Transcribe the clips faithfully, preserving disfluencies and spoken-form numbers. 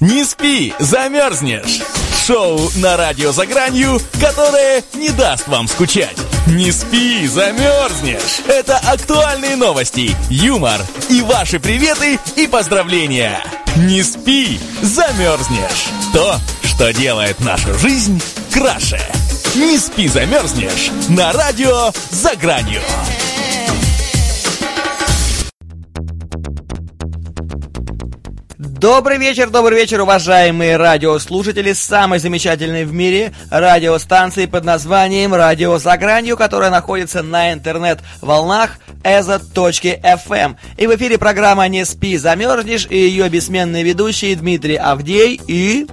Не спи, замерзнешь. Шоу на радио «За гранью», которое не даст вам скучать. Не спи, замерзнешь. Это актуальные новости, юмор и ваши приветы и поздравления. Не спи, замерзнешь. То, что делает нашу жизнь краше. Не спи, замерзнешь. На радио «За гранью». Добрый вечер, добрый вечер, уважаемые радиослушатели самой замечательной в мире радиостанции под названием «Радио За гранью», которая находится на интернет-волнах эзот точка эф эм. И в эфире программа «Не спи, замерзнешь» и ее бессменные ведущие Дмитрий Авдей и...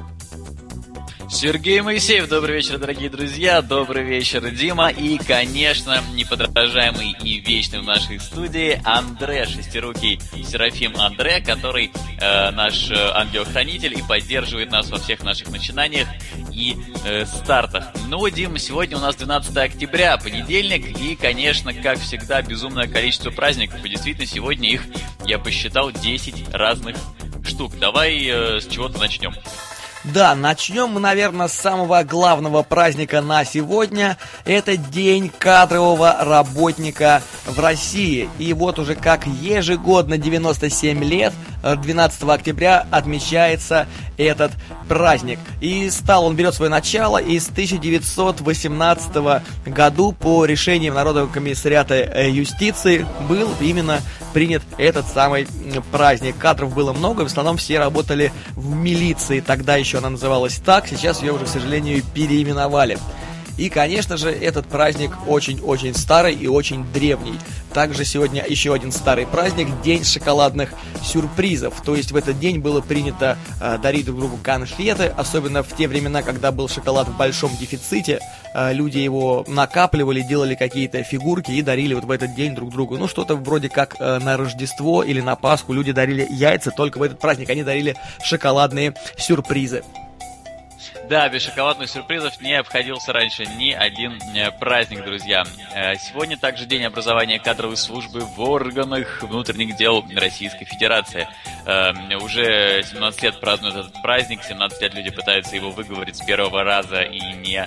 Сергей Моисеев. Добрый вечер, дорогие друзья, добрый вечер, Дима. И, конечно, неподражаемый и вечный в нашей студии Андре, шестирукий Серафим Андре, который э, наш ангел-хранитель и поддерживает нас во всех наших начинаниях и э, стартах. Ну, Дима, сегодня у нас двенадцатое октября, понедельник, и, конечно, как всегда, безумное количество праздников. И действительно, сегодня их, я посчитал, десять разных штук. Давай э, с чего-то начнем. Да, начнем мы, наверное, с самого главного праздника на сегодня. Это День кадрового работника в России. И вот уже как ежегодно девяносто семь лет, двенадцатого октября, отмечается этот праздник. И стал он, берет свое начало из тысяча девятьсот восемнадцатого году по решениям Народного комиссариата юстиции был именно принят этот самый праздник. Кадров было много, в основном все работали в милиции. Тогда еще она называлась так, сейчас ее уже, к сожалению, переименовали. И, конечно же, этот праздник очень-очень старый и очень древний. Также сегодня еще один старый праздник – День шоколадных сюрпризов. То есть в этот день было принято э, дарить друг другу конфеты, особенно в те времена, когда был шоколад в большом дефиците. Э, люди его накапливали, делали какие-то фигурки и дарили вот в этот день друг другу. Ну, что-то вроде как э, на Рождество или на Пасху люди дарили яйца, только в этот праздник они дарили шоколадные сюрпризы. Да, без шоколадных сюрпризов не обходился раньше ни один праздник, друзья. Сегодня также день образования кадровой службы в органах внутренних дел Российской Федерации. Уже семнадцать лет празднуют этот праздник, семнадцать лет люди пытаются его выговорить с первого раза и не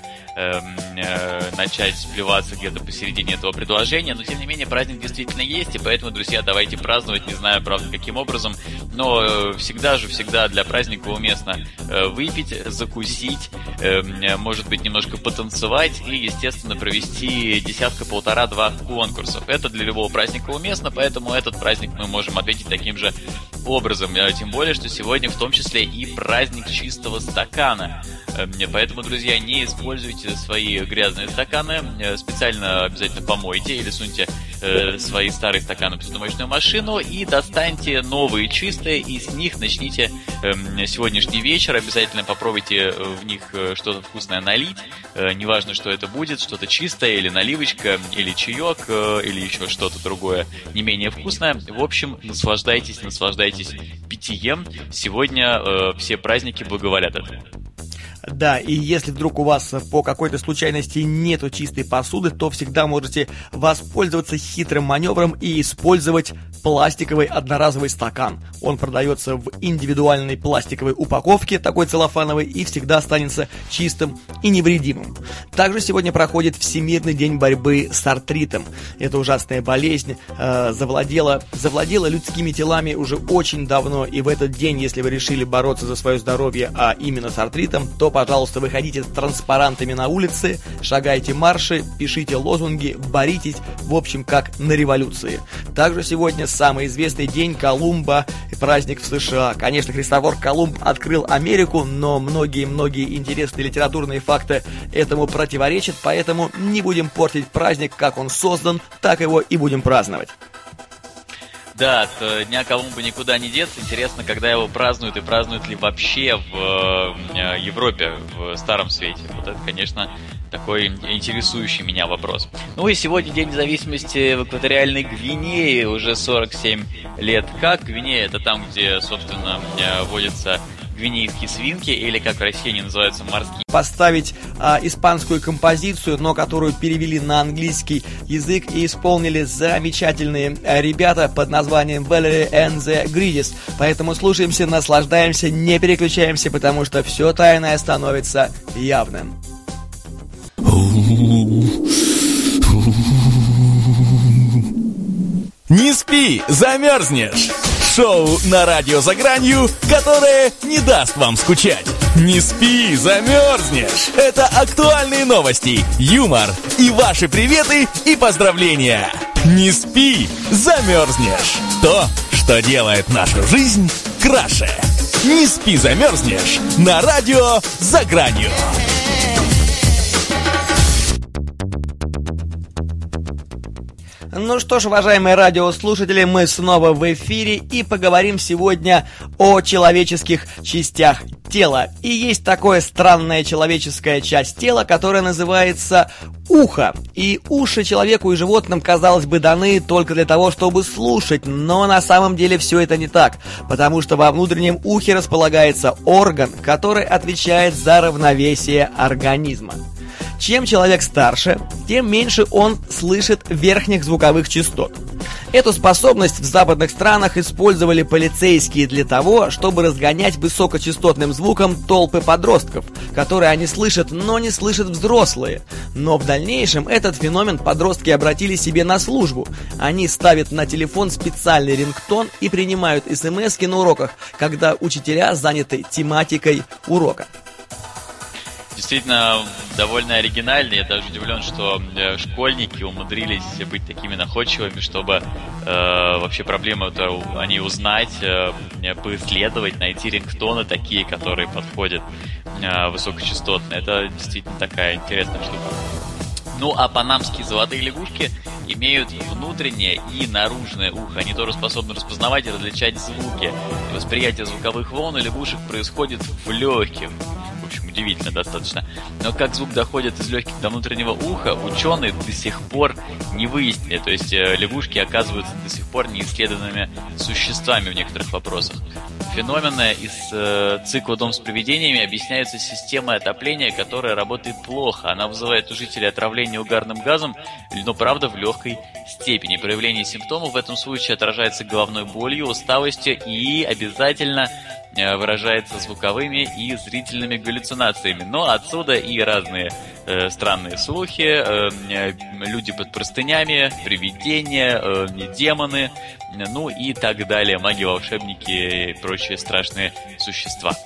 начать сплеваться где-то посередине этого предложения, но тем не менее праздник действительно есть, и поэтому, друзья, давайте праздновать, не знаю, правда, каким образом, но всегда же, всегда для праздника уместно выпить, закусить, может быть, немножко потанцевать и, естественно, провести десятка-полтора-два конкурсов. Это для любого праздника уместно, поэтому этот праздник мы можем ответить таким же образом. Тем более, что сегодня в том числе и праздник чистого стакана. Поэтому, друзья, не используйте свои грязные стаканы, специально обязательно помойте или суньте свои старые стаканы в посудомоечную машину и достаньте новые чистые, и с них начните сегодняшний вечер. Обязательно попробуйте в них что-то вкусное налить, неважно, что это будет, что-то чистое или наливочка, или чаек, или еще что-то другое не менее вкусное. В общем, наслаждайтесь, наслаждайтесь питьем. Сегодня э, все праздники благоволят этому. Да, и если вдруг у вас по какой-то случайности нету чистой посуды, то всегда можете воспользоваться хитрым маневром и использовать пластиковый одноразовый стакан. Он продается в индивидуальной пластиковой упаковке, такой целлофановой, и всегда останется чистым и невредимым. Также сегодня проходит Всемирный день борьбы с артритом. Эта ужасная болезнь э, завладела, завладела людскими телами уже очень давно, и в этот день, если вы решили бороться за свое здоровье, а именно с артритом, то, пожалуйста, выходите с транспарантами на улицы, шагайте марши, пишите лозунги, боритесь, в общем, как на революции. Также сегодня самый известный день Колумба, праздник в США. Конечно, Христофор Колумб открыл Америку, но многие-многие интересные литературные факты этому противоречат, поэтому не будем портить праздник, как он создан, так его и будем праздновать. Да, от Дня Колумба никуда не деться. Интересно, когда его празднуют и празднуют ли вообще в э, Европе, в Старом Свете. Вот это, конечно, такой интересующий меня вопрос. Ну и сегодня День независимости в экваториальной Гвинее, уже сорок семь лет как. Гвинея — это там, где, собственно, водятся гвинейские свинки, или, как в России они называются, морские. Поставить а, испанскую композицию, но которую перевели на английский язык и исполнили замечательные а, ребята под названием Valerie and the Greedies. Поэтому слушаемся, наслаждаемся, не переключаемся, потому что все тайное становится явным. Не спи, замерзнешь! Шоу на радио «За гранью», которое не даст вам скучать. Не спи, замерзнешь! Это актуальные новости, юмор и ваши приветы и поздравления. Не спи, замерзнешь! То, что делает нашу жизнь краше. Не спи, замерзнешь! На радио «За гранью». Ну что ж, уважаемые радиослушатели, мы снова в эфире и поговорим сегодня о человеческих частях тела. И есть такое странная человеческая часть тела, которая называется ухо. И уши человеку и животным, казалось бы, даны только для того, чтобы слушать, но на самом деле все это не так, потому что во внутреннем ухе располагается орган, который отвечает за равновесие организма. Чем человек старше, тем меньше он слышит верхних звуковых частот. Эту способность в западных странах использовали полицейские для того, чтобы разгонять высокочастотным звуком толпы подростков, которые они слышат, но не слышат взрослые. Но в дальнейшем этот феномен подростки обратили себе на службу. Они ставят на телефон специальный рингтон и принимают смски на уроках, когда учителя заняты тематикой урока. Действительно, довольно оригинально. Я даже удивлен, что э, школьники умудрились быть такими находчивыми, чтобы э, вообще проблему-то они узнать, э, поисследовать, найти рингтоны такие, которые подходят э, высокочастотные. Это действительно такая интересная штука. Ну, а панамские золотые лягушки имеют внутреннее и наружное ухо. Они тоже способны распознавать и различать звуки. И восприятие звуковых волн у лягушек происходит в легких. В общем, удивительно достаточно. Но как звук доходит из легких до внутреннего уха, ученые до сих пор не выяснили. То есть э, лягушки оказываются до сих пор неисследованными существами в некоторых вопросах. Феномены из э, цикла «Дом с привидениями» объясняются системой отопления, которая работает плохо. Она вызывает у жителей отравление угарным газом, но, правда, в легкой степени. Проявление симптомов в этом случае отражается головной болью, усталостью и обязательно э, выражается звуковыми и зрительными галлюцинациями. Но отсюда и разные э, странные слухи, э, э, люди под простынями, привидения, э, демоны, ну и так далее, маги-волшебники и прочие страшные существа.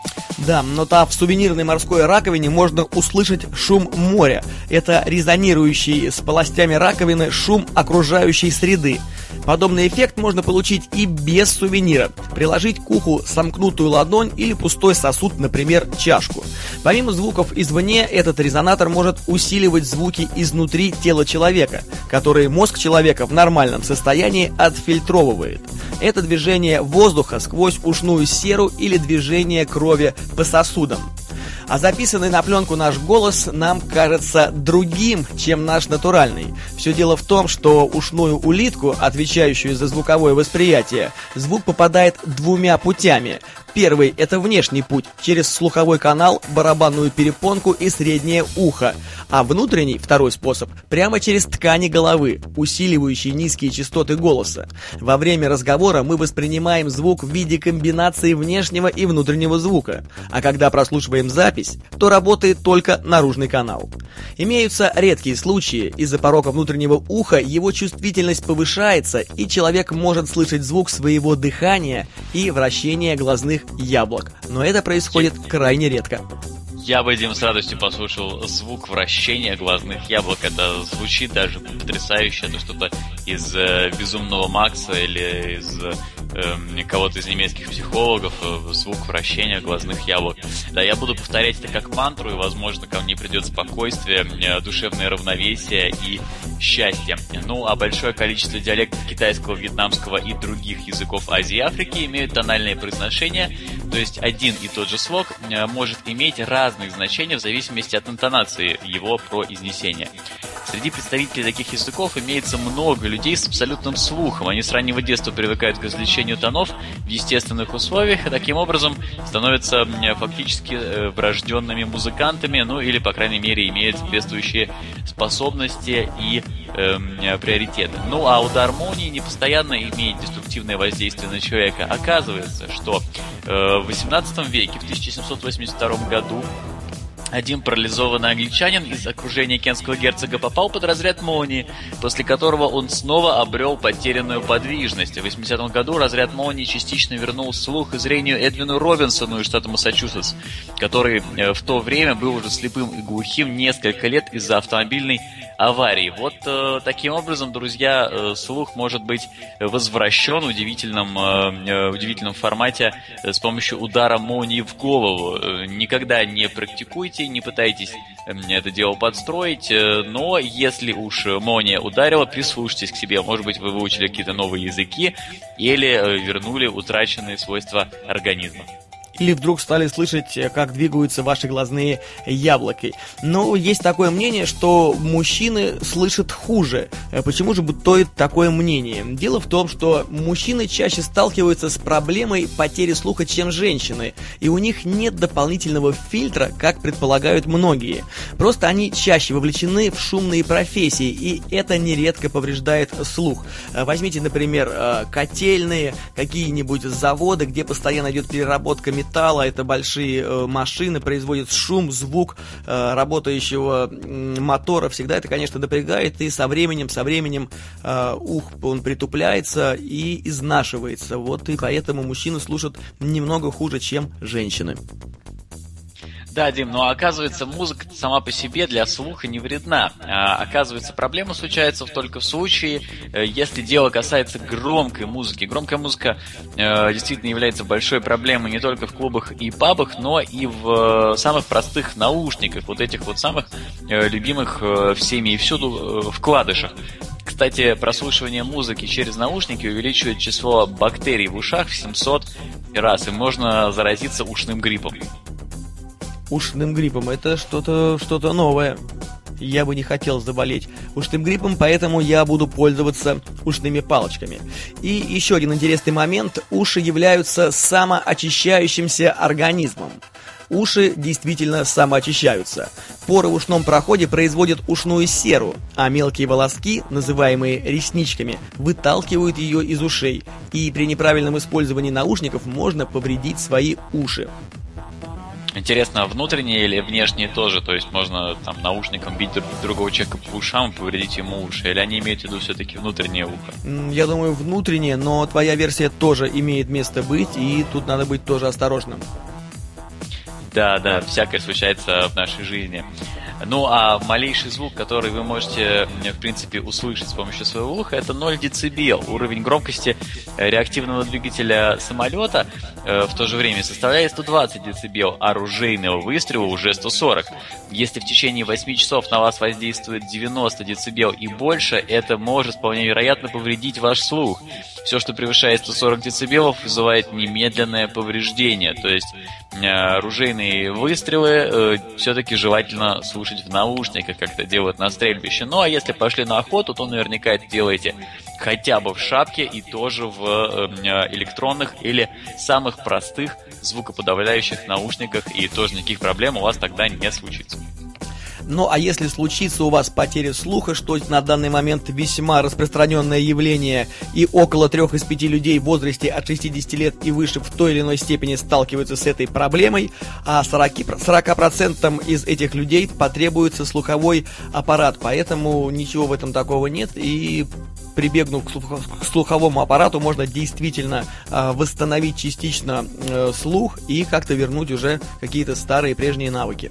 Да, но там в сувенирной морской раковине можно услышать шум моря. Это резонирующий с полостями раковины шум окружающей среды. Подобный эффект можно получить и без сувенира. Приложить к уху сомкнутую ладонь или пустой сосуд, например, чашку. Помимо звуков извне, этот резонатор может усиливать звуки изнутри тела человека, которые мозг человека в нормальном состоянии отфильтровывает. Это движение воздуха сквозь ушную серу или движение крови по сосудам. А записанный на пленку наш голос нам кажется другим, чем наш натуральный. Все дело в том, что ушную улитку, отвечающую за звуковое восприятие, звук попадает двумя путями. Первый – это внешний путь, через слуховой канал, барабанную перепонку и среднее ухо. А внутренний, второй способ, прямо через ткани головы, усиливающие низкие частоты голоса. Во время разговора мы воспринимаем звук в виде комбинации внешнего и внутреннего звука. А когда прослушиваем запись, то работает только наружный канал. Имеются редкие случаи, из-за порока внутреннего уха его чувствительность повышается, и человек может слышать звук своего дыхания и вращения глазных яблок. Но это происходит крайне редко. Я бы, Дим, с радостью послушал звук вращения глазных яблок. Это звучит даже потрясающе. Это что-то из э, «Безумного Макса» или из э, кого-то из немецких психологов. Э, звук вращения глазных яблок. Да, я буду повторять это как мантру, и, возможно, ко мне придет спокойствие, э, душевное равновесие и счастье. Ну, а большое количество диалектов китайского, вьетнамского и других языков Азии и Африки имеют тональное произношение. То есть один и тот же слог э, может иметь разные значения в зависимости от интонации его произнесения. Среди представителей таких языков имеется много людей с абсолютным слухом. Они с раннего детства привыкают к извлечению тонов в естественных условиях и таким образом становятся фактически врожденными музыкантами, ну или, по крайней мере, имеют соответствующие способности и э, приоритеты. Ну а удар молнии не постоянно имеет деструктивное воздействие на человека. Оказывается, что э, в восемнадцатом веке, в тысяча семьсот восемьдесят втором году, один парализованный англичанин из окружения кентского герцога попал под разряд молнии, после которого он снова обрел потерянную подвижность. В восьмидесятом году разряд молнии частично вернул слух и зрение Эдвину Робинсону из штата Массачусетс, который в то время был уже слепым и глухим несколько лет из-за автомобильной аварии. Вот э, таким образом, друзья, э, слух может быть возвращен в удивительном, э, удивительном формате э, с помощью удара молнии в голову. Э, никогда не практикуйте, не пытайтесь э, это дело подстроить, э, но если уж молния ударила, прислушайтесь к себе. Может быть, вы выучили какие-то новые языки или э, вернули утраченные свойства организма. Или вдруг стали слышать, как двигаются ваши глазные яблоки. Но есть такое мнение, что мужчины слышат хуже. Почему же бытует такое мнение? Дело в том, что мужчины чаще сталкиваются с проблемой потери слуха, чем женщины. И у них нет дополнительного фильтра, как предполагают многие. Просто они чаще вовлечены в шумные профессии, и это нередко повреждает слух. Возьмите, например, котельные, какие-нибудь заводы, где постоянно идет переработка металла. Металла, это большие э, машины, производят шум, звук э, работающего э, мотора. Всегда это, конечно, напрягает, и со временем, со временем э, ух, он притупляется и изнашивается. Вот и поэтому мужчины слушают немного хуже, чем женщины. Да, Дим, но оказывается, музыка сама по себе для слуха не вредна. А, оказывается, проблема случается только в случае, если дело касается громкой музыки. Громкая музыка э, действительно является большой проблемой не только в клубах и пабах, но и в э, самых простых наушниках, вот этих вот самых э, любимых э, всеми и всюду э, вкладышах. Кстати, прослушивание музыки через наушники увеличивает число бактерий в ушах в семьсот раз, и можно заразиться ушным гриппом. Ушным гриппом, это что-то что-то новое. Я бы не хотел заболеть ушным гриппом, поэтому я буду пользоваться ушными палочками. И еще один интересный момент. Уши являются самоочищающимся организмом. Уши действительно самоочищаются. Поры в ушном проходе производят ушную серу, а мелкие волоски, называемые ресничками, выталкивают ее из ушей. И при неправильном использовании наушников можно повредить свои уши. Интересно, внутренние или внешние тоже? То есть можно там наушником бить друг, другого человека по ушам и повредить ему уши? Или они имеют в виду все-таки внутреннее ухо? Я думаю, внутреннее, но твоя версия тоже имеет место быть, и тут надо быть тоже осторожным. Да, да, всякое случается в нашей жизни. Ну, а малейший звук, который вы можете, в принципе, услышать с помощью своего уха, это ноль децибел. Уровень громкости реактивного двигателя самолета э, в то же время составляет сто двадцать децибел, а ружейного выстрела уже сто сорок. Если в течение восьми часов на вас воздействует девяносто децибел и больше, это может вполне вероятно повредить ваш слух. Все, что превышает сто сорок децибелов, вызывает немедленное повреждение. То есть э, ружейные выстрелы э, все-таки желательно слушать в наушниках, как это делают на стрельбище. Ну, а если пошли на охоту, то наверняка это делаете хотя бы в шапке и тоже в э, электронных или самых простых звукоподавляющих наушниках, и тоже никаких проблем у вас тогда не случится. Ну, а если случится у вас потеря слуха, что на данный момент весьма распространенное явление, и около трех из пяти людей в возрасте от шестидесяти лет и выше в той или иной степени сталкиваются с этой проблемой, а сорок процентов из этих людей потребуется слуховой аппарат, поэтому ничего в этом такого нет, и прибегнув к, слух, к слуховому аппарату, можно действительно э, восстановить частично э, слух и как-то вернуть уже какие-то старые прежние навыки.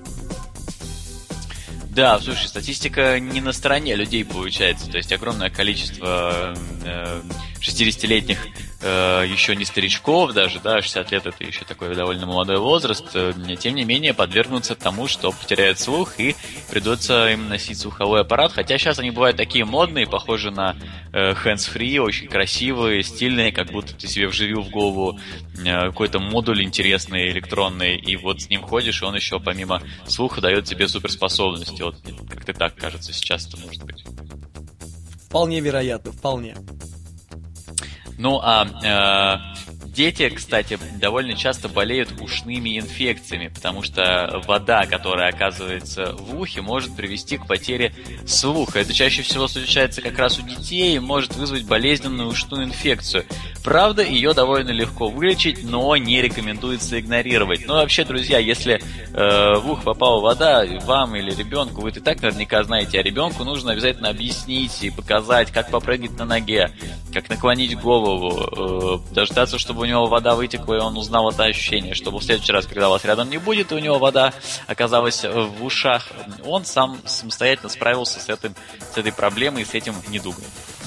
Да, слушай, статистика не на стороне людей получается. То есть огромное количество э, шестидесятилетних э, еще не старичков даже, да, шестьдесят лет это еще такой довольно молодой возраст, э, тем не менее подвергнутся тому, что потеряют слух и придется им носить слуховой аппарат, хотя сейчас они бывают такие модные, похожи на э, hands-free, очень красивые, стильные, как будто ты себе вживил в голову э, какой-то модуль интересный, электронный, и вот с ним ходишь, и он еще помимо слуха дает тебе суперспособности, вот как-то так кажется сейчас это может быть. Вполне вероятно, вполне. Ну, а э, дети, кстати, довольно часто болеют ушными инфекциями, потому что вода, которая оказывается в ухе, может привести к потере слуха. Это чаще всего случается как раз у детей и может вызвать болезненную ушную инфекцию. Правда, ее довольно легко вылечить, но не рекомендуется игнорировать. Ну, вообще, друзья, если э, в ух попала вода, вам или ребенку, вы и так наверняка знаете, а ребенку нужно обязательно объяснить и показать, как попрыгать на ноге, как наклонить голову, э, дождаться, чтобы у него вода вытекла, и он узнал это ощущение, чтобы в следующий раз, когда вас рядом не будет, и у него вода оказалась в ушах, он сам самостоятельно справился с, этим, с этой проблемой и с этим недугом.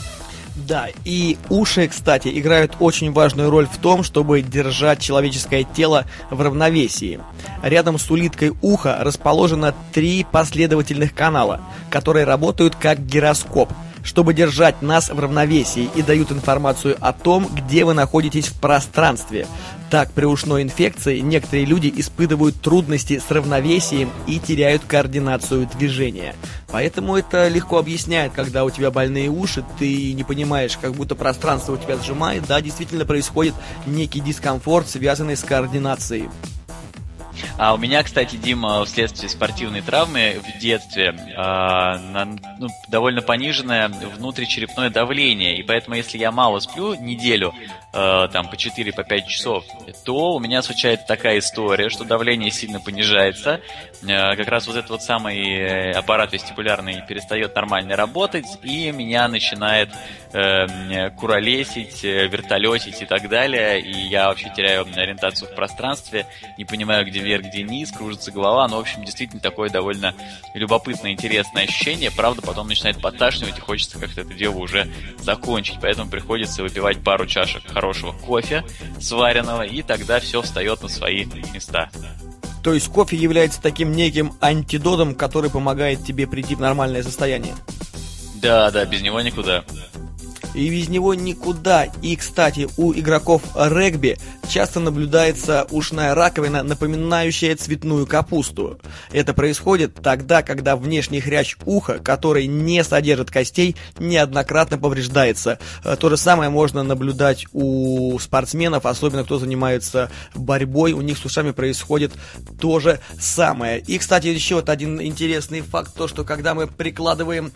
Да, и уши, кстати, играют очень важную роль в том, чтобы держать человеческое тело в равновесии. Рядом с улиткой уха расположено три последовательных канала, которые работают как гироскоп, чтобы держать нас в равновесии и дают информацию о том, где вы находитесь в пространстве. Так, при ушной инфекции некоторые люди испытывают трудности с равновесием и теряют координацию движения. Поэтому это легко объясняет, когда у тебя больные уши, ты не понимаешь, как будто пространство у тебя сжимает. Да, действительно происходит некий дискомфорт, связанный с координацией. А у меня, кстати, Дима, вследствие спортивной травмы в детстве э, на, ну, довольно пониженное внутричерепное давление. И поэтому, если я мало сплю неделю, э, там по четыре по пять часов, то у меня случается такая история, что давление сильно понижается. Э, как раз вот этот вот самый аппарат вестибулярный перестает нормально работать, и меня начинает э, куролесить, вертолетить и так далее. И я вообще теряю ориентацию в пространстве, не понимаю, где вверх, где низ, кружится голова. Ну, в общем, действительно такое довольно любопытное, интересное ощущение. Правда, потом начинает подташнивать и хочется как-то это дело уже закончить. Поэтому приходится выпивать пару чашек хорошего кофе сваренного, и тогда все встает на свои места. То есть кофе является таким неким антидотом, который помогает тебе прийти в нормальное состояние? Да, да, без него никуда. И без него никуда. И, кстати, у игроков регби часто наблюдается ушная раковина, напоминающая цветную капусту. Это происходит тогда, когда внешний хрящ уха, который не содержит костей, неоднократно повреждается. То же самое можно наблюдать у спортсменов, особенно кто занимается борьбой. У них с ушами происходит то же самое. И, кстати, еще вот один интересный факт, то, что когда мы прикладываем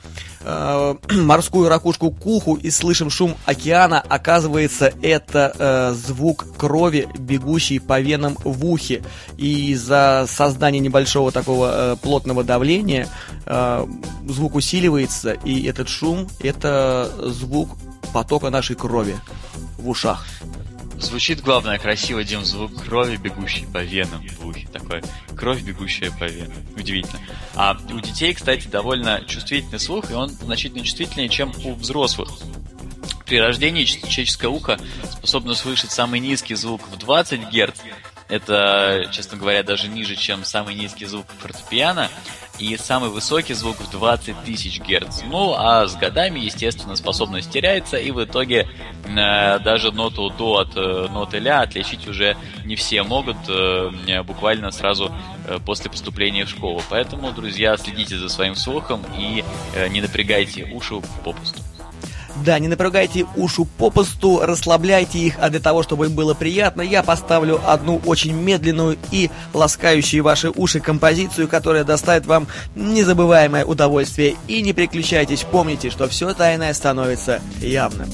э, морскую ракушку к уху и слышим шум океана, оказывается, это э, звук крови, бегущей по венам в ухе. И из-за создания небольшого такого э, плотного давления э, звук усиливается, и этот шум — это звук потока нашей крови в ушах. Звучит, главное, красиво, Дим, звук крови, бегущей по венам в ухе. Такой, кровь, бегущая по венам. Удивительно. А у детей, кстати, довольно чувствительный слух, и он значительно чувствительнее, чем у взрослых. При рождении человеческое ухо способно слышать самый низкий звук в двадцать герц. Это, честно говоря, даже ниже, чем самый низкий звук фортепиано. И самый высокий звук в двадцать тысяч герц. Ну, а с годами, естественно, способность теряется, и в итоге э, даже ноту до от э, ноты ля отличить уже не все могут, э, буквально сразу э, после поступления в школу. Поэтому, друзья, следите за своим слухом и э, не напрягайте уши попусту. Да, не напрягайте уши попусту, расслабляйте их, а для того, чтобы им было приятно, я поставлю одну очень медленную и ласкающую ваши уши композицию, которая доставит вам незабываемое удовольствие. И не переключайтесь, помните, что все тайное становится явным.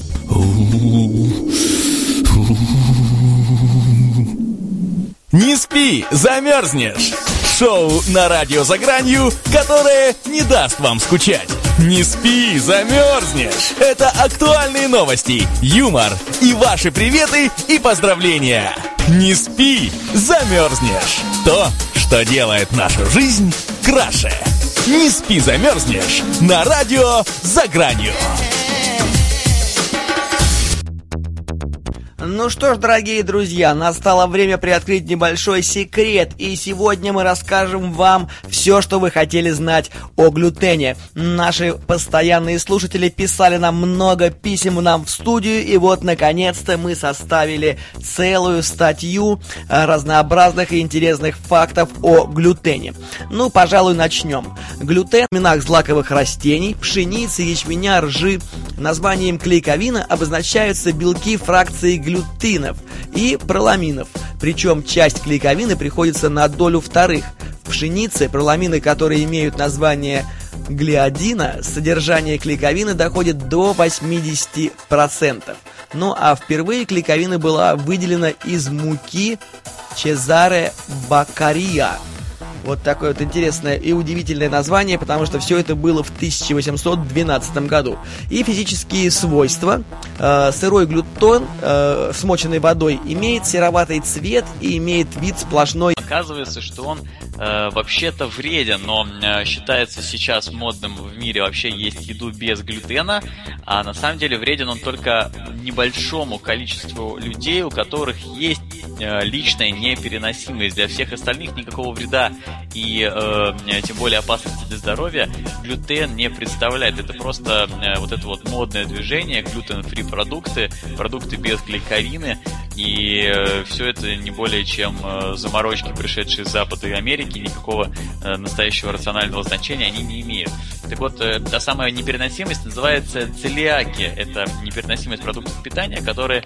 Не спи, замерзнешь! Шоу на радио «За гранью», которое не даст вам скучать. Не спи, замерзнешь! Это актуальные новости, юмор и ваши приветы и поздравления. Не спи, замерзнешь! То, что делает нашу жизнь краше. Не спи, замерзнешь! На радио «За гранью». Ну что ж, дорогие друзья, настало время приоткрыть небольшой секрет, и сегодня мы расскажем вам все, что вы хотели знать о глютене. Наши постоянные слушатели писали нам много писем нам в студию, и вот, наконец-то, мы составили целую статью разнообразных и интересных фактов о глютене. Ну, пожалуй, начнем. Глютен в семенах злаковых растений, пшеницы, ячменя, ржи. Названием клейковина обозначаются белки фракции глютинов и проламинов, причем часть клейковины приходится на долю вторых. В пшенице проламины, которые имеют название глиадина, содержание клейковины доходит до восемьдесят процентов. Ну а впервые клейковина была выделена из муки Чезаре Баккария. Вот такое вот интересное и удивительное название, потому что все это было в тысяча восемьсот двенадцатом году. И физические свойства. Э, сырой глютен, э, смоченный водой, имеет сероватый цвет и имеет вид сплошной. Оказывается, что он э, вообще-то вреден, но э, считается сейчас модным в мире вообще есть еду без глютена, а на самом деле вреден он только небольшому количеству людей, у которых есть э, личная непереносимость. Для всех остальных никакого вреда и э, тем более опасности для здоровья глютен не представляет. Это просто э, вот это вот модное движение, глютен-фри продукты, продукты без клейковины, и э, все это не более чем э, заморочки, пришедшие из Запада и Америки, никакого э, настоящего рационального значения они не имеют. Так вот, э, та самая непереносимость называется целиакия. Это непереносимость продуктов питания, которые,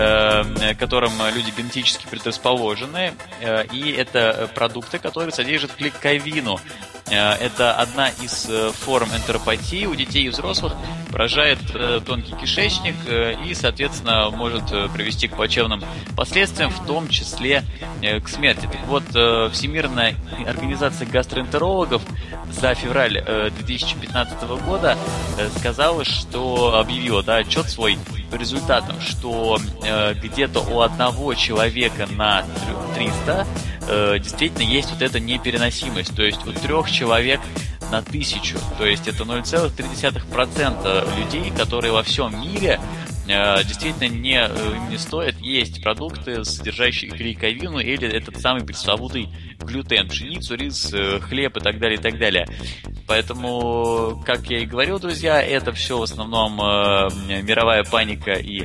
э, которым люди генетически предрасположены, э, и это продукты, которые содержат клейковину. Э, это одна из э, форм энтеропатии у детей и взрослых, поражает э, тонкий кишечник э, и, соответственно, может э, привести к плачевным последствиям, в том числе э, к смерти. Так вот, э, Всемирная организация гастроэнтерологов за февраль э, две тысячи пятнадцатого года э, сказала, что объявила, да, отчет свой по результатам, что э, где-то у одного человека на триста э, действительно есть вот эта непереносимость, то есть у трех человек на тысячу, то есть это ноль целых три десятых процента людей, которые во всем мире э, действительно не, не стоит есть продукты, содержащие клейковину или этот самый пресловутый глютен, пшеницу, рис, хлеб и так далее, и так далее. Поэтому, как я и говорил, друзья, это все в основном э, мировая паника и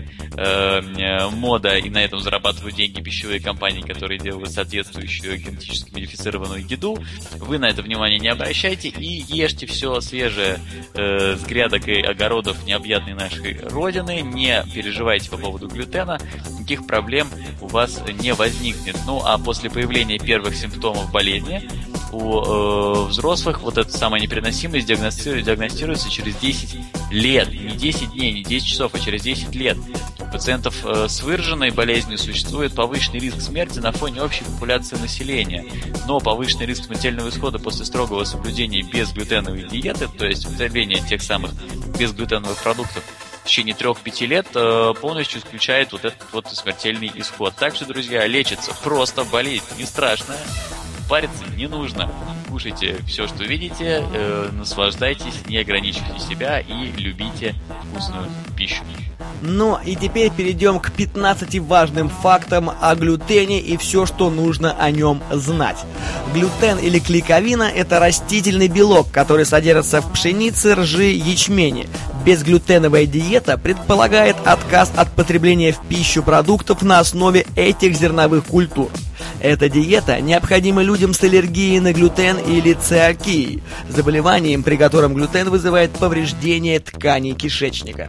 э, мода, и на этом зарабатывают деньги пищевые компании, которые делают соответствующую генетически модифицированную еду. Вы на это внимание не обращайте и ешьте все свежее э, с грядок и огородов необъятной нашей родины. Не переживайте по поводу глютена, никаких проблем у вас не возникнет. Ну, а после появления первых симптомов болезни у э, взрослых вот эта самая непереносимость диагностируется, диагностируется через десять лет. Не десять дней, не десять часов, а через десять лет. У пациентов э, с выраженной болезнью существует повышенный риск смерти на фоне общей популяции населения. Но повышенный риск смертельного исхода после строгого соблюдения безглютеновой диеты, то есть употребления тех самых безглютеновых продуктов, в течение трех-пяти лет э, полностью исключает вот этот вот смертельный исход. Так что, друзья, лечится просто, болеть не страшно, париться не нужно. Кушайте все, что видите, э, наслаждайтесь, не ограничивайте себя и любите вкусную пищу. Ну и теперь перейдем к пятнадцати важным фактам о глютене и все, что нужно о нем знать. Глютен или клейковина – это растительный белок, который содержится в пшенице, ржи, ячмене. Безглютеновая диета предполагает отказ от потребления в пищу продуктов на основе этих зерновых культур. Эта диета необходима людям с аллергией на глютен или цeliакией, заболеванием, при котором глютен вызывает повреждение тканей кишечника.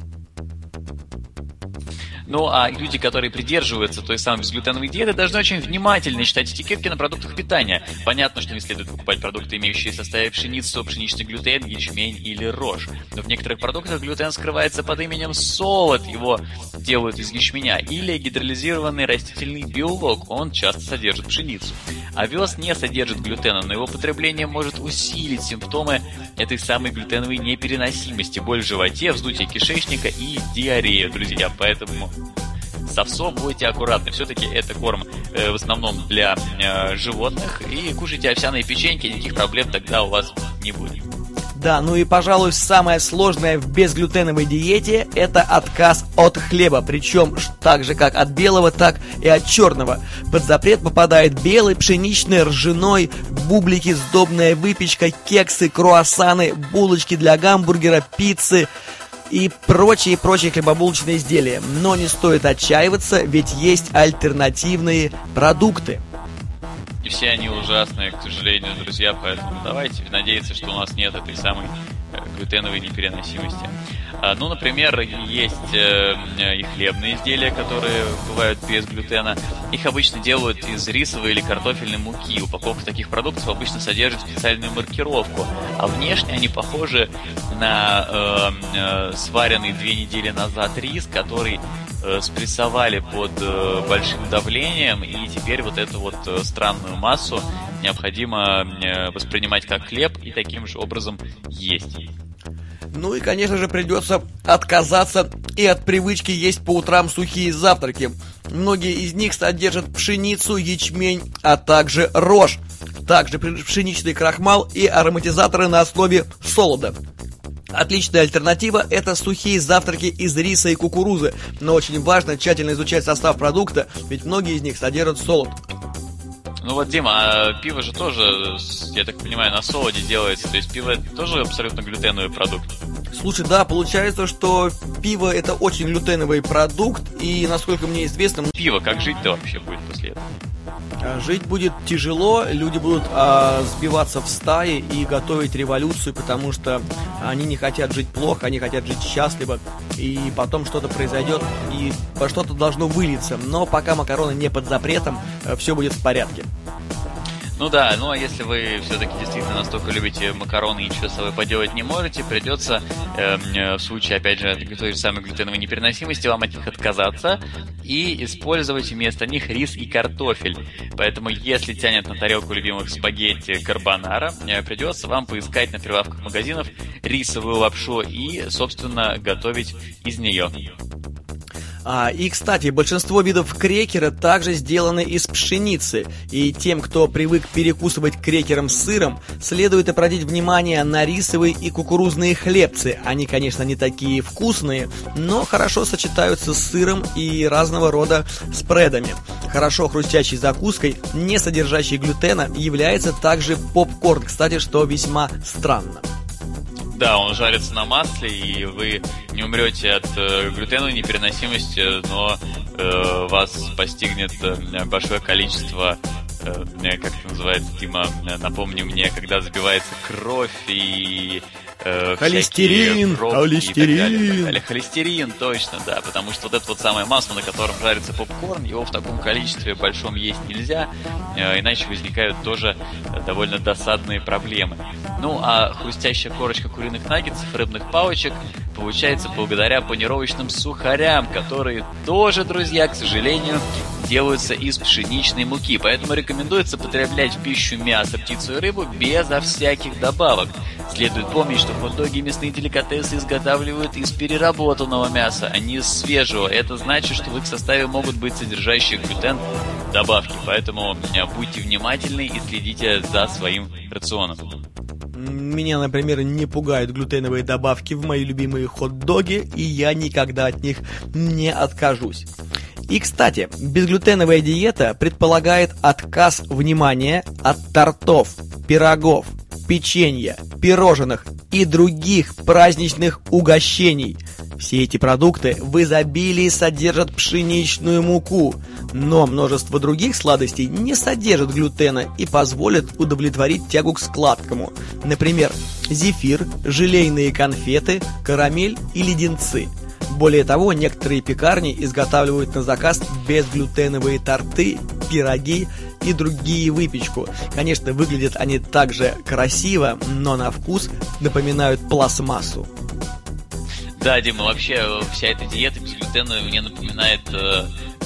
Ну, а люди, которые придерживаются той самой безглютеновой диеты, должны очень внимательно читать этикетки на продуктах питания. Понятно, что не следует покупать продукты, имеющие в составе пшеницу, пшеничный глютен, ячмень или рожь. Но в некоторых продуктах глютен скрывается под именем солод, его делают из ячменя, или гидролизированный растительный белок, он часто содержит пшеницу. Овес не содержит глютена, но его потребление может усилить симптомы этой самой глютеновой непереносимости, боль в животе, вздутие кишечника и диарея, друзья. Поэтому с овсом будьте аккуратны. Все-таки это корм э, в основном для э, животных. И кушайте овсяные печеньки, никаких проблем тогда у вас не будет. Да, ну и, пожалуй, самое сложное в безглютеновой диете – это отказ от хлеба, причем так же, как от белого, так и от черного. Под запрет попадает белый, пшеничный, ржаной, бублики, сдобная выпечка, кексы, круассаны, булочки для гамбургера, пиццы и прочие-прочие хлебобулочные изделия. Но не стоит отчаиваться, ведь есть альтернативные продукты. И все они ужасные, к сожалению, друзья, поэтому давайте надеяться, что у нас нет этой самой глютеновой непереносимости. Ну, например, есть и хлебные изделия, которые бывают без глютена. Их обычно делают из рисовой или картофельной муки. Упаковка таких продуктов обычно содержит специальную маркировку, а внешне они похожи на э, э, сваренный две недели назад рис, который э, спрессовали под э, большим давлением, и теперь вот эту вот э, странную массу необходимо э, воспринимать как хлеб и таким же образом есть. Ну и, конечно же, придется отказаться и от привычки есть по утрам сухие завтраки. Многие из них содержат пшеницу, ячмень, а также рожь. Также пшеничный крахмал и ароматизаторы на основе солода. Отличная альтернатива – это сухие завтраки из риса и кукурузы. Но очень важно тщательно изучать состав продукта, ведь многие из них содержат солод. Ну вот, Дима, а пиво же тоже, я так понимаю, на солоде делается. То есть пиво тоже абсолютно глютеновый продукт. Слушай, да, получается, что пиво это очень глютеновый продукт, и, насколько мне известно... Пиво, как жить-то вообще будет после этого? Жить будет тяжело, люди будут а, сбиваться в стаи и готовить революцию, потому что они не хотят жить плохо, они хотят жить счастливо, и потом что-то произойдет, и во что-то должно вылиться. Но пока макароны не под запретом, все будет в порядке. Ну да, ну а если вы все-таки действительно настолько любите макароны и ничего с собой поделать не можете, придется э, в случае, опять же, той же самой глютеновой непереносимости вам от них отказаться и использовать вместо них рис и картофель. Поэтому, если тянет на тарелку любимых спагетти карбонара, э, придется вам поискать на прилавках магазинов рисовую лапшу и, собственно, готовить из нее. А, и, кстати, большинство видов крекера также сделаны из пшеницы. И тем, кто привык перекусывать крекером с сыром, следует обратить внимание на рисовые и кукурузные хлебцы. Они, конечно, не такие вкусные, но хорошо сочетаются с сыром и разного рода спредами. Хорошо хрустящей закуской, не содержащей глютена, является также попкорн, кстати, что весьма странно. Да, он жарится на масле, и вы не умрете от э, глютеновой непереносимости, но э, вас постигнет э, большое количество, э, как это называется, Дима, напомни мне, когда забивается кровь и... Э, холестерин, холестерин. Холестерин, точно, да, потому что вот это вот самое масло, на котором жарится попкорн, его в таком количестве большом есть нельзя, э, иначе возникают тоже довольно досадные проблемы. Ну, а хрустящая корочка куриных наггетсов, рыбных палочек получается благодаря панировочным сухарям, которые тоже, друзья, к сожалению, делаются из пшеничной муки. Поэтому рекомендуется потреблять в пищу мясо, птицу и рыбу безо всяких добавок. Следует помнить, что хот-доги и мясные деликатесы изготавливают из переработанного мяса, а не из свежего. Это значит, что в их составе могут быть содержащие глютен добавки. Поэтому будьте внимательны и следите за своим рационом. Меня, например, не пугают глютеновые добавки в мои любимые хот-доги, и я никогда от них не откажусь. И, кстати, безглютеновая диета предполагает отказ внимания от тортов, пирогов, печенья, пирожных и других праздничных угощений. Все эти продукты в изобилии содержат пшеничную муку, но множество других сладостей не содержат глютена и позволят удовлетворить тягу к сладкому. Например, зефир, желейные конфеты, карамель и леденцы. Более того, некоторые пекарни изготавливают на заказ безглютеновые торты, пироги и другие выпечку. Конечно, выглядят они также красиво, но на вкус напоминают пластмассу. Да, Дима, вообще вся эта диета безглютеновая мне напоминает э,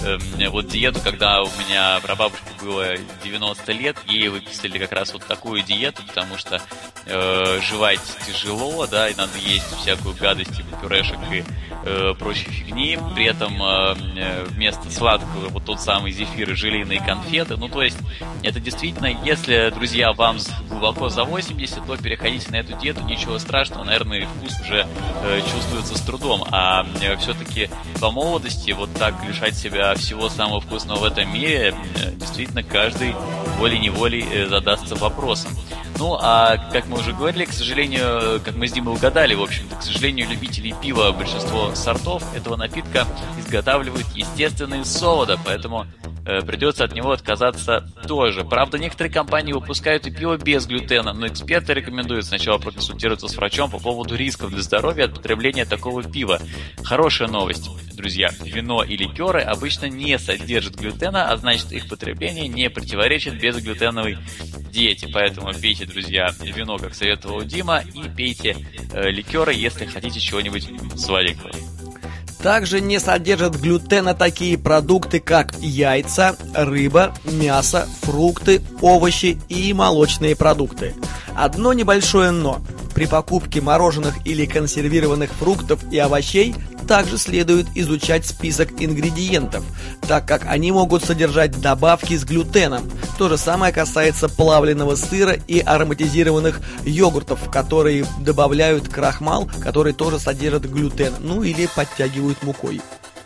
э, вот диету, когда у меня прабабушке было девяносто лет, ей выписали как раз вот такую диету, потому что э, жевать тяжело, да, и надо есть всякую гадость, типа пюрешек и э, прочей фигни. При этом э, вместо сладкого вот тот самый зефир и желейные конфеты. Ну, то есть, это действительно, если, друзья, вам глубоко за восемьдесят, то переходите на эту диету, ничего страшного, наверное, вкус уже э, чувствуется с трудом. А э, все-таки по молодости вот так лишать себя всего самого вкусного в этом мире, э, действительно, каждый волей-неволей э, задастся вопросом. Ну, а как мы уже говорили, к сожалению, как мы с Димой угадали, в общем-то, к сожалению, любителей пива большинство сортов этого напитка изготавливают естественные сода, поэтому э, придется от него отказаться тоже. Правда, некоторые компании выпускают и пиво без глютена, но эксперты рекомендуют сначала проконсультироваться с врачом по поводу рисков для здоровья от потребления такого пива. Хорошая новость, друзья. Вино и ликеры обычно не содержат глютена, а значит, их потребление не противоречит безглютеновой диете. Поэтому пейте, друзья, вино, как советовал Дима, и пейте э, ликеры, если хотите чего-нибудь сладенького. Также не содержат глютена такие продукты, как яйца, рыба, мясо, фрукты, овощи и молочные продукты. Одно небольшое «но». При покупке мороженых или консервированных фруктов и овощей также следует изучать список ингредиентов, так как они могут содержать добавки с глютеном. То же самое касается плавленного сыра и ароматизированных йогуртов, в которые добавляют крахмал, который тоже содержит глютен, ну или подтягивают мукой.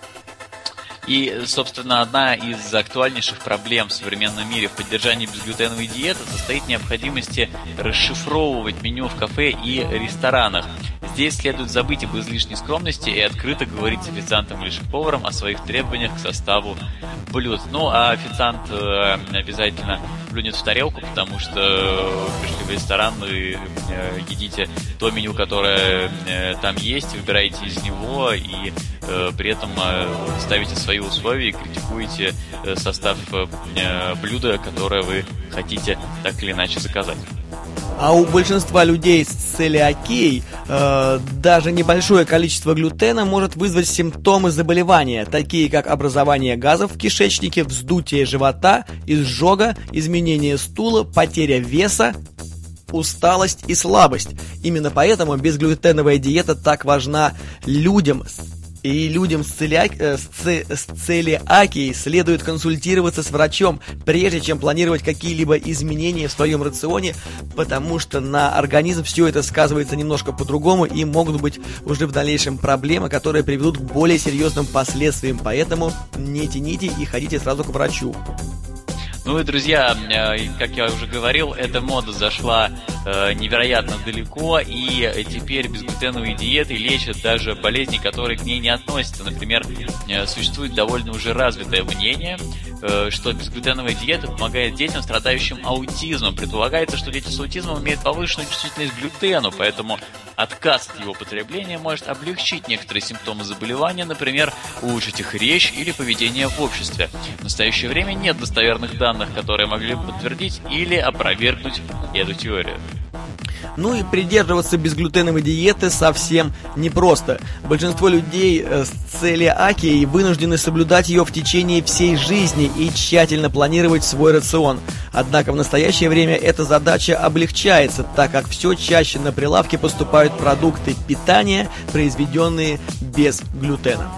И, собственно, одна из актуальнейших проблем в современном мире в поддержании безглютеновой диеты состоит в необходимости расшифровывать меню в кафе и ресторанах. Здесь следует забыть об излишней скромности и открыто говорить с официантом или шеф-поваром о своих требованиях к составу блюд. Ну, а официант э, обязательно плюнет в тарелку, потому что пришли в ресторан и э, едите то меню, которое э, там есть, выбираете из него и э, при этом э, ставите свои условия и критикуете э, состав э, блюда, которое вы хотите так или иначе заказать. А у большинства людей с целиакией э, даже небольшое количество глютена может вызвать симптомы заболевания, такие как образование газов в кишечнике, вздутие живота, изжога, изменение стула, потеря веса, усталость и слабость. Именно поэтому безглютеновая диета так важна людям. И людям с, целиак... с, ц... с целиакией следует консультироваться с врачом, прежде чем планировать какие-либо изменения в своем рационе, потому что на организм все это сказывается немножко по-другому и могут быть уже в дальнейшем проблемы, которые приведут к более серьезным последствиям. Поэтому не тяните и ходите сразу к врачу. Ну и, друзья, как я уже говорил, эта мода зашла э, невероятно далеко, и теперь безглютеновые диеты лечат даже болезни, которые к ней не относятся. Например, э, существует довольно уже развитое мнение, э, что безглютеновая диета помогает детям, страдающим аутизмом. Предполагается, что дети с аутизмом имеют повышенную чувствительность к глютену, поэтому отказ от его потребления может облегчить некоторые симптомы заболевания, например, улучшить их речь или поведение в обществе. В настоящее время нет достоверных данных, которые могли бы подтвердить или опровергнуть эту теорию. Ну и придерживаться безглютеновой диеты совсем непросто. Большинство людей с целиакией вынуждены соблюдать ее в течение всей жизни и тщательно планировать свой рацион. Однако в настоящее время эта задача облегчается, так как все чаще на прилавке поступают продукты питания, произведенные без глютена.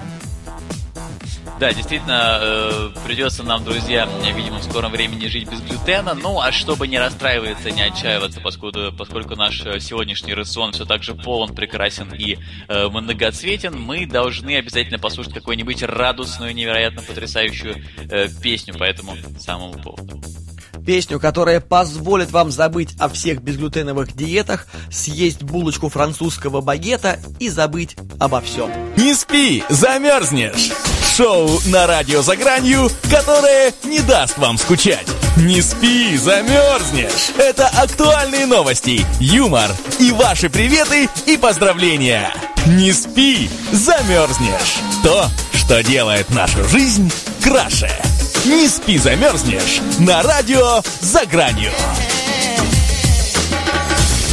Да, действительно, э, придется нам, друзья, видимо, в скором времени жить без глютена. Ну, а чтобы не расстраиваться, не отчаиваться, поскольку, поскольку наш сегодняшний рацион все так же полон, прекрасен и э, многоцветен, мы должны обязательно послушать какую-нибудь радостную, невероятно потрясающую э, песню по этому самому поводу. Песню, которая позволит вам забыть о всех безглютеновых диетах, съесть булочку французского багета и забыть обо всем. Не спи, замерзнешь! Шоу на радио «За гранью», которое не даст вам скучать. Не спи, замерзнешь! Это актуальные новости, юмор и ваши приветы и поздравления. Не спи, замерзнешь! То, что делает нашу жизнь краше. Не спи, замерзнешь на радио «За гранью».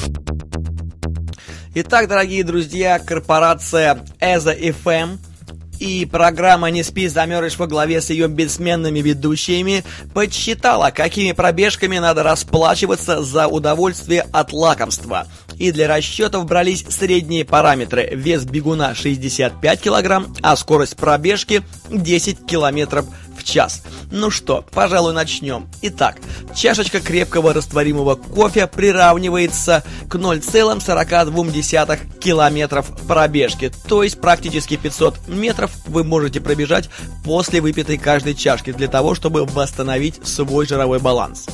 Итак, дорогие друзья, корпорация Эза эф эм И программа «Не спи, замерзнешь» во главе с ее бессменными ведущими подсчитала, какими пробежками надо расплачиваться за удовольствие от лакомства. И для расчетов брались средние параметры: вес бегуна шестьдесят пять килограмм, а скорость пробежки десять километров в час. Ну что, пожалуй, начнем. Итак, чашечка крепкого растворимого кофе приравнивается к ноль целых сорок две десятых километров пробежки, то есть практически пятьсот метров вы можете пробежать после выпитой каждой чашки для того, чтобы восстановить свой жировой баланс.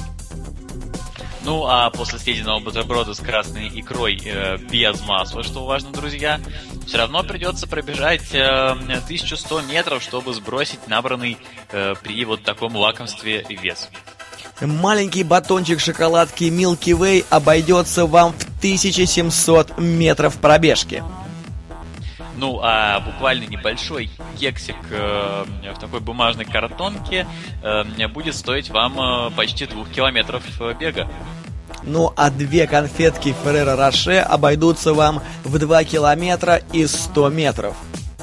Ну, а после съеденного бутерброда с красной икрой э, без масла, что важно, друзья, все равно придется пробежать э, тысячу сто метров, чтобы сбросить набранный э, при вот таком лакомстве вес. Маленький батончик шоколадки Milky Way обойдется вам в тысячу семьсот метров пробежки. Ну, а буквально небольшой кексик э, в такой бумажной картонке э, будет стоить вам э, почти двух километров бега. Ну, а две конфетки Ferrero Rocher обойдутся вам в два километра и сто метров.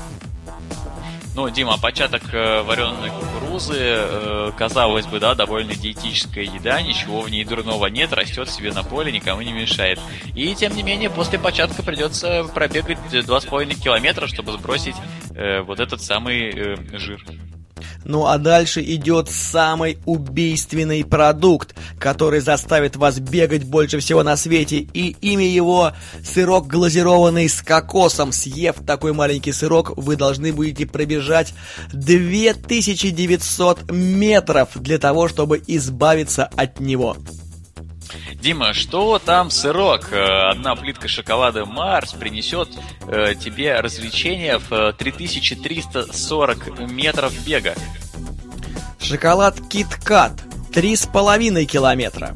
Ну, Дима, початок э, вареной кукурузы, э, казалось бы, да, довольно диетическая еда, ничего в ней дурного нет, растет себе на поле, никому не мешает. И, тем не менее, после початка придется пробегать два с половиной километра, чтобы сбросить э, вот этот самый э, жир. Ну а дальше идет самый убийственный продукт, который заставит вас бегать больше всего на свете, и имя его — сырок глазированный с кокосом. Съев такой маленький сырок, вы должны будете пробежать две тысячи девятьсот метров для того, чтобы избавиться от него. Дима, что там сырок? Одна плитка шоколада Марс принесет э, тебе развлечения в три тысячи триста сорок метров бега. Шоколад Кит-Кат три с половиной километра.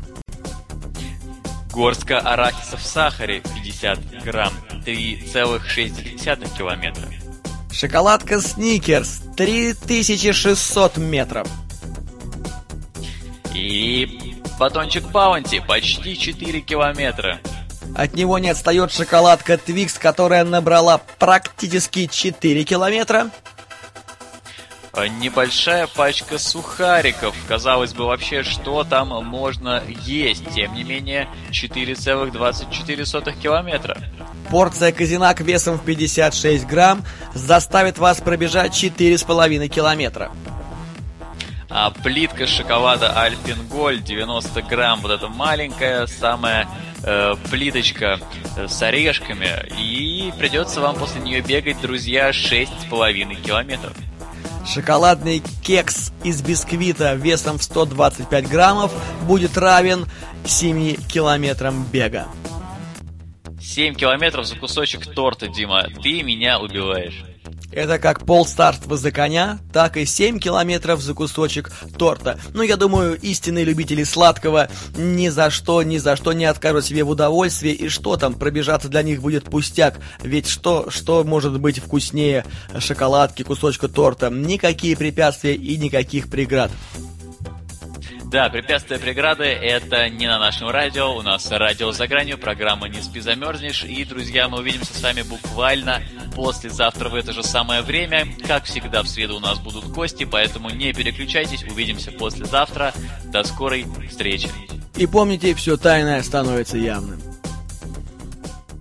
Горстка арахиса в сахаре пятьдесят грамм, три целых шесть десятых километра. Шоколадка Сникерс три тысячи шестьсот метров. И батончик Баунти почти четыре километра. От него не отстает шоколадка Твикс, которая набрала практически четыре километра. Небольшая пачка сухариков. Казалось бы, вообще, что там можно есть? Тем не менее, четыре целых двадцать четыре сотых километра. Порция Козинак весом в пятьдесят шесть грамм заставит вас пробежать четыре с половиной километра. А плитка шоколада Альпен Гольд девяносто грамм, вот эта маленькая самая э, плиточка с орешками, и придется вам после нее бегать, друзья, шесть с половиной километров. Шоколадный кекс из бисквита весом в сто двадцать пять граммов будет равен семи километрам бега. семь километров за кусочек торта, Дима, ты меня убиваешь. Это как полцарства за коня, так и семь километров за кусочек торта. Ну, я думаю, истинные любители сладкого ни за что, ни за что не откажут себе в удовольствии. И что там, пробежаться для них будет пустяк. Ведь что, что может быть вкуснее шоколадки, кусочка торта? Никакие препятствия и никаких преград. Да, препятствия, преграды — это не на нашем радио. У нас радио «За гранью», программа «Не спи, замерзнешь». И, друзья, мы увидимся с вами буквально послезавтра в это же самое время. Как всегда, в среду у нас будут гости, поэтому не переключайтесь. Увидимся послезавтра. До скорой встречи. И помните, все тайное становится явным.